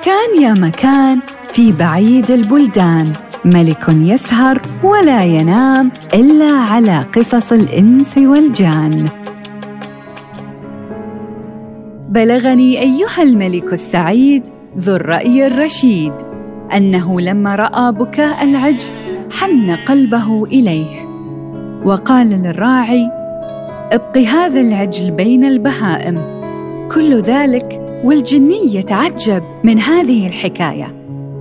كان يا مكان في بعيد البلدان ملك يسهر ولا ينام إلا على قصص الإنس والجان. بلغني أيها الملك السعيد ذو الرأي الرشيد أنه لما رأى بكاء العجل حن قلبه إليه، وقال للراعي: ابق هذا العجل بين البهائم. كل ذلك والجني يتعجب من هذه الحكاية.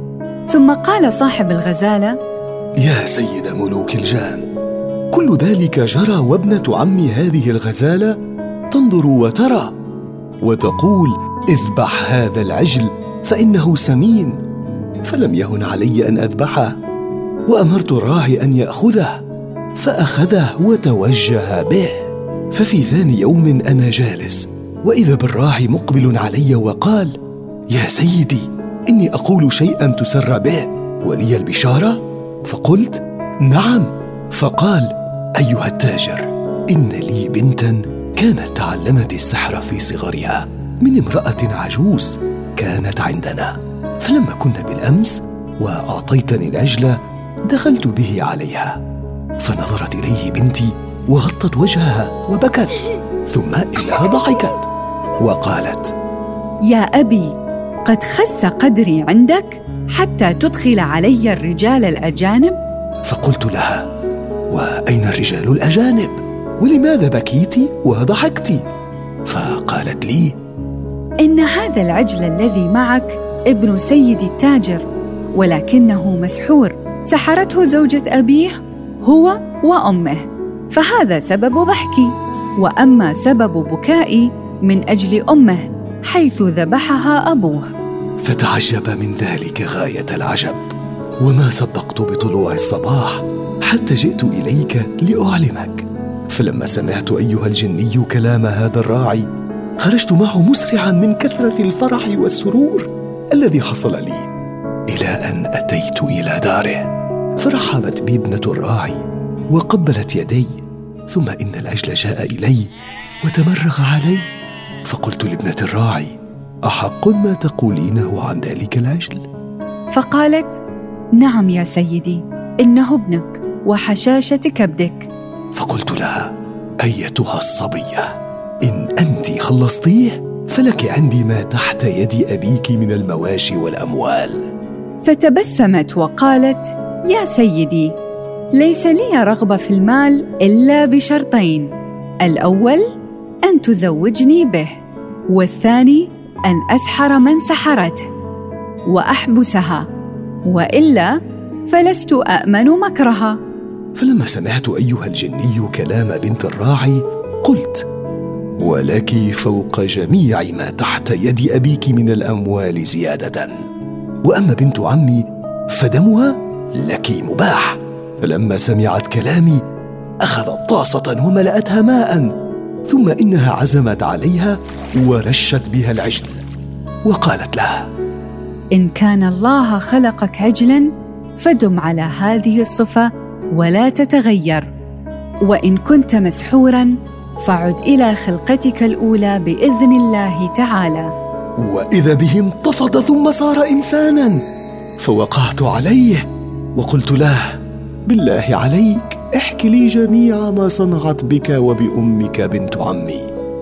ثم قال صاحب الغزالة: يا سيد ملوك الجان، كل ذلك جرى وابنة عمي هذه الغزالة تنظر وترى وتقول: اذبح هذا العجل فإنه سمين. فلم يهن علي أن أذبحه، وأمرت الراعي أن يأخذه، فأخذه وتوجه به. ففي ثاني يوم أنا جالس، وإذا بالراعي مقبل علي وقال: يا سيدي، إني أقول شيئا تسر به ولي البشارة؟ فقلت: نعم. فقال: أيها التاجر، إن لي بنتا كانت تعلمت السحر في صغرها من امرأة عجوز كانت عندنا، فلما كنا بالأمس وأعطيتني العجل دخلت به عليها، فنظرت إليه بنتي وغطت وجهها وبكت، ثم إنها ضحكت وقالت: يا أبي، قد خس قدري عندك حتى تدخل علي الرجال الأجانب؟ فقلت لها: وأين الرجال الأجانب؟ ولماذا بكيت وضحكت؟ فقالت لي: إن هذا العجل الذي معك ابن سيدي التاجر، ولكنه مسحور، سحرته زوجة أبيه هو وأمه، فهذا سبب ضحكي. وأما سبب بكائي من أجل أمه حيث ذبحها أبوه. فتعجب من ذلك غاية العجب، وما صدقت بطلوع الصباح حتى جئت إليك لأعلمك. فلما سمعت أيها الجني كلام هذا الراعي خرجت معه مسرعا من كثرة الفرح والسرور الذي حصل لي، إلى أن أتيت إلى داره، فرحبت بي ابنة الراعي وقبلت يدي، ثم إن العجل جاء إلي وتمرغ علي. فقلت لابنة الراعي: أحق ما تقولينه عن ذلك العجل؟ فقالت: نعم يا سيدي، إنه ابنك وحشاشة كبدك. فقلت لها: أيتها الصبية، إن أنت خلصتيه فلك عندي ما تحت يد أبيك من المواشي والأموال. فتبسمت وقالت: يا سيدي، ليس لي رغبة في المال إلا بشرطين: الأول أن تزوجني به، والثاني أن أسحر من سحرته وأحبسها، وإلا فلست أأمن مكرها. فلما سمعت أيها الجني كلام بنت الراعي قلت: ولك فوق جميع ما تحت يد أبيك من الأموال زيادة، وأما بنت عمي فدمها لك مباح. فلما سمعت كلامي أخذت طاسة وملأتها ماء، ثم إنها عزمت عليها ورشت بها العجل، وقالت لها: إن كان الله خلقك عجلا فدم على هذه الصفة ولا تتغير، وإن كنت مسحورا فعد إلى خلقتك الأولى بإذن الله تعالى. وإذا به انتفض ثم صار إنسانا، فوقعت عليه وقلت له: بالله عليك احكي لي جميع ما صنعت بك وبأمك بنت عمي.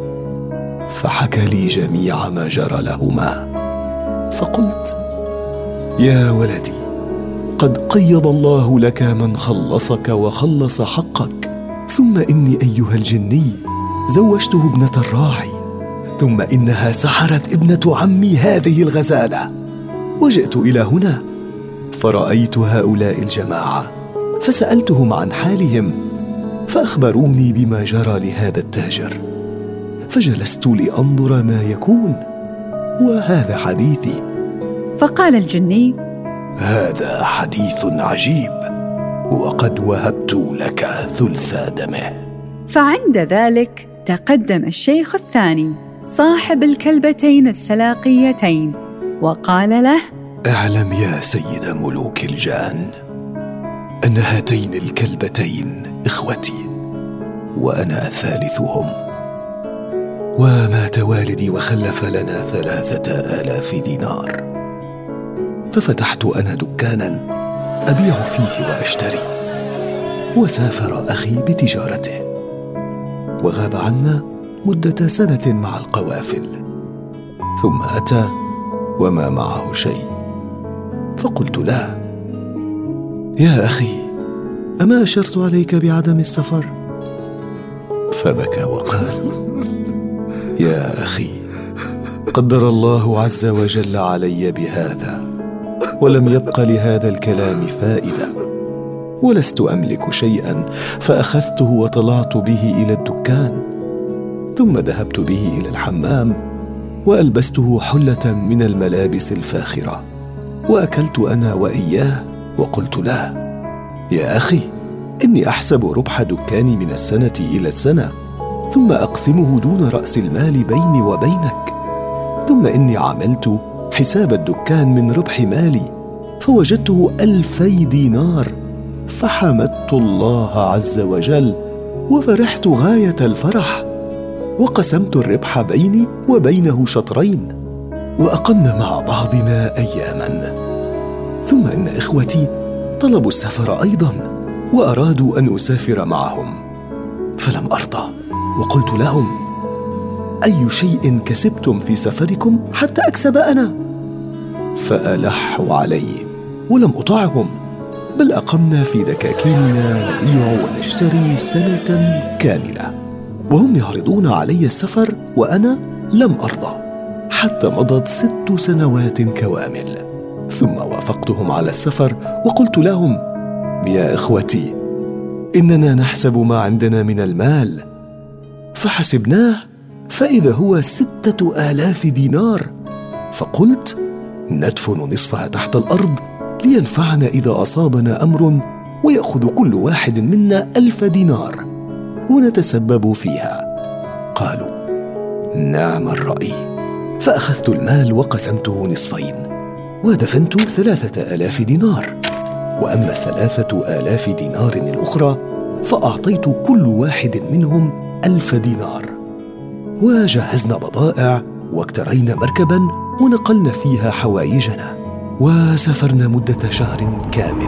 فحكى لي جميع ما جرى لهما. فقلت: يا ولدي، قد قيض الله لك من خلصك وخلص حقك، ثم إني أيها الجني زوجته ابنة الراعي، ثم إنها سحرت ابنة عمي هذه الغزالة، وجئت إلى هنا فرأيت هؤلاء الجماعة فسألتهم عن حالهم، فأخبروني بما جرى لهذا التاجر، فجلست لأنظر ما يكون، وهذا حديثي. فقال الجني: هذا حديث عجيب، وقد وهبت لك ثلث دمه. فعند ذلك تقدم الشيخ الثاني صاحب الكلبتين السلاقيتين وقال له: اعلم يا سيد ملوك الجان أن هاتين الكلبتين إخوتي، وأنا ثالثهم، ومات والدي وخلف لنا 3000 دينار، ففتحت أنا دكانا أبيع فيه وأشتري، وسافر أخي بتجارته، وغاب عنا مدة سنة مع القوافل، ثم أتى وما معه شيء. فقلت له: يا أخي، أما أشرت عليك بعدم السفر؟ فبكى وقال: يا أخي، قدر الله عز وجل علي بهذا، ولم يبق لهذا الكلام فائدة، ولست أملك شيئا، فأخذته وطلعت به إلى الدكان، ثم ذهبت به إلى الحمام وألبسته حلة من الملابس الفاخرة، وأكلت أنا وإياه، وقلت له: يا أخي، إني أحسب ربح دكاني من السنة إلى السنة، ثم أقسمه دون رأس المال بيني وبينك، ثم إني عملت حساب الدكان من ربح مالي فوجدته 2000 دينار، فحمدت الله عز وجل وفرحت غاية الفرح، وقسمت الربح بيني وبينه شطرين، وأقمنا مع بعضنا أياما. ثم إن إخوتي طلبوا السفر أيضا، وأرادوا أن أسافر معهم، فلم أرضى، وقلت لهم: أي شيء كسبتم في سفركم حتى أكسب أنا؟ فألحوا علي ولم أطعهم، بل أقمنا في دكاكيننا نبيع ونشتري سنة كاملة، وهم يعرضون علي السفر وأنا لم أرضى، حتى مضت 6 سنوات كوامل. ثم وافقتهم على السفر وقلت لهم: يا إخوتي، إننا نحسب ما عندنا من المال، فحسبناه فإذا هو 6000 دينار، فقلت: ندفن نصفها تحت الأرض لينفعنا إذا أصابنا أمر، ويأخذ كل واحد منا 1000 دينار ونتسبب فيها. قالوا: نعم الرأي. فأخذت المال وقسمته نصفين، ودفنت 3000 دينار، وأما 3000 دينار الأخرى فأعطيت كل واحد منهم 1000 دينار، وجهزنا بضائع واكترينا مركبا ونقلنا فيها حوايجنا، وسافرنا مدة شهر كامل،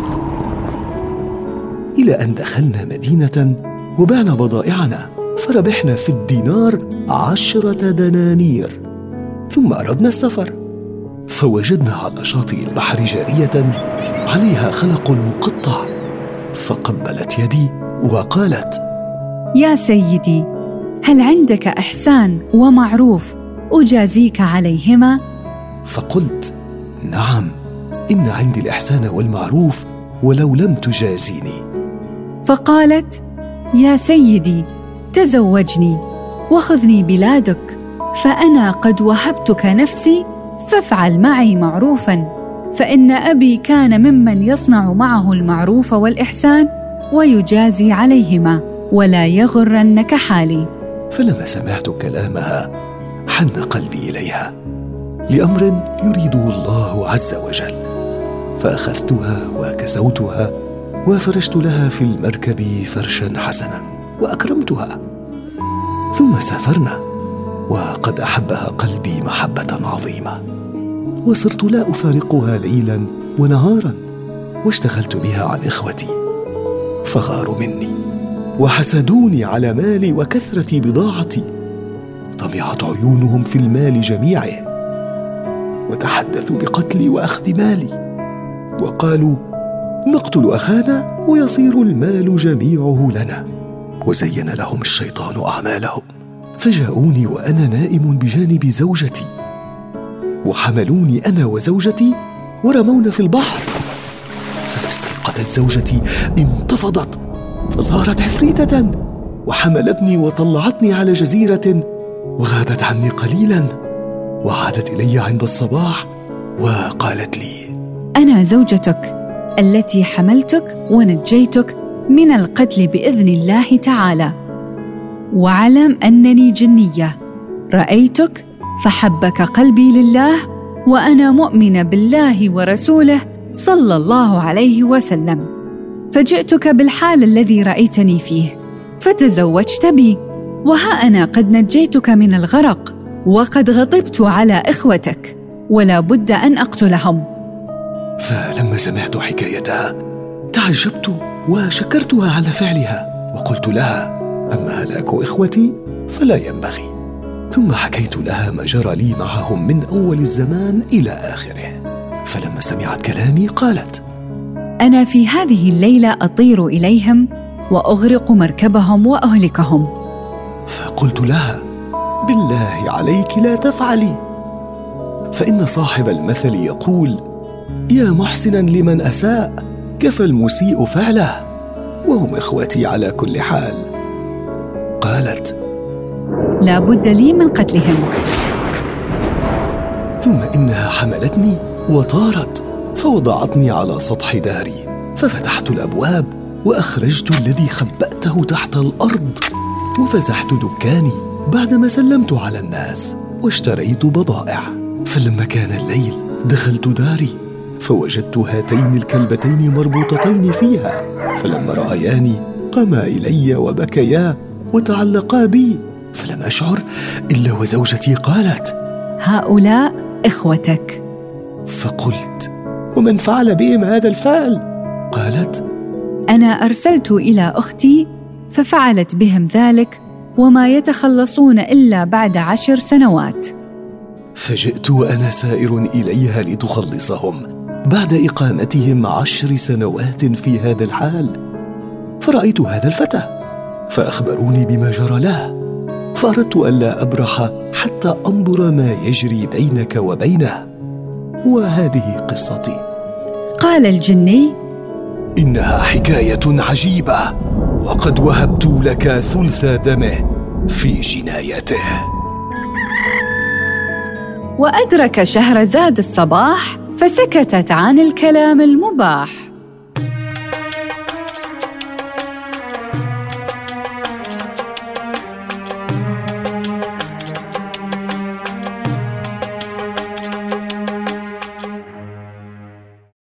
إلى أن دخلنا مدينة وبعنا بضائعنا، فربحنا في الدينار 10 دنانير. ثم أردنا السفر، فوجدنا على شاطئ البحر جارية عليها خلق مقطع، فقبلت يدي وقالت: يا سيدي، هل عندك إحسان ومعروف أجازيك عليهما؟ فقلت: نعم، إن عندي الإحسان والمعروف ولو لم تجازيني. فقالت: يا سيدي، تزوجني وخذني بلادك، فأنا قد وهبتك نفسي، فافعل معي معروفا، فإن أبي كان ممن يصنع معه المعروف والإحسان ويجازي عليهما، ولا يغرنك حالي. فلما سمعت كلامها حن قلبي إليها لأمر يريده الله عز وجل، فأخذتها وكسوتها وفرشت لها في المركب فرشا حسنا وأكرمتها، ثم سافرنا، وقد أحبها قلبي محبة عظيمة، وصرت لا أفارقها ليلا ونهارا، واشتغلت بها عن إخوتي، فغاروا مني وحسدوني على مالي وكثرة بضاعتي، طمعت عيونهم في المال جميعه، وتحدثوا بقتلي وأخذ مالي، وقالوا: نقتل أخانا ويصير المال جميعه لنا. وزين لهم الشيطان أعمالهم، فجاءوني وأنا نائم بجانب زوجتي، وحملوني أنا وزوجتي ورمونا في البحر، فلما استيقظت زوجتي انتفضت فصارت عفريتة، وحملتني وطلعتني على جزيرة، وغابت عني قليلا، وعادت إلي عند الصباح وقالت لي: أنا زوجتك التي حملتك ونجيتك من القتل بإذن الله تعالى، واعلم أنني جنية، رأيتك فحبك قلبي لله، وأنا مؤمنة بالله ورسوله صلى الله عليه وسلم، فجئتك بالحال الذي رأيتني فيه، فتزوجت بي، وها أنا قد نجيتك من الغرق، وقد غضبت على إخوتك، ولا بد أن أقتلهم. فلما سمعت حكايتها تعجبت وشكرتها على فعلها، وقلت لها: أما هلاك إخوتي فلا ينبغي. ثم حكيت لها ما جرى لي معهم من أول الزمان إلى آخره. فلما سمعت كلامي قالت: أنا في هذه الليلة أطير إليهم وأغرق مركبهم وأهلكهم. فقلت لها: بالله عليك لا تفعلي، فإن صاحب المثل يقول: يا محسنا لمن أساء كفى المسيء فعله، وهم إخوتي على كل حال. قالت: لا بد لي من قتلهم. ثم إنها حملتني وطارت فوضعتني على سطح داري، ففتحت الأبواب وأخرجت الذي خبأته تحت الأرض، وفتحت دكاني بعدما سلمت على الناس واشتريت بضائع. فلما كان الليل دخلت داري فوجدت هاتين الكلبتين مربوطتين فيها، فلما رأياني قاما إلي وبكيا وتعلقا بي، فلم أشعر إلا وزوجتي قالت: هؤلاء إخوتك. فقلت: ومن فعل بهم هذا الفعل؟ قالت: أنا أرسلت إلى أختي ففعلت بهم ذلك، وما يتخلصون إلا بعد 10 سنوات. فجئت وأنا سائر إليها لتخلصهم بعد إقامتهم 10 سنوات في هذا الحال. فرأيت هذا الفتى فأخبروني بما جرى له، فأردت ألا أبرح حتى أنظر ما يجري بينك وبينه، وهذه قصتي. قال الجني: إنها حكاية عجيبة، وقد وهبت لك ثلث دمه في جنايته. وأدرك شهرزاد الصباح فسكتت عن الكلام المباح.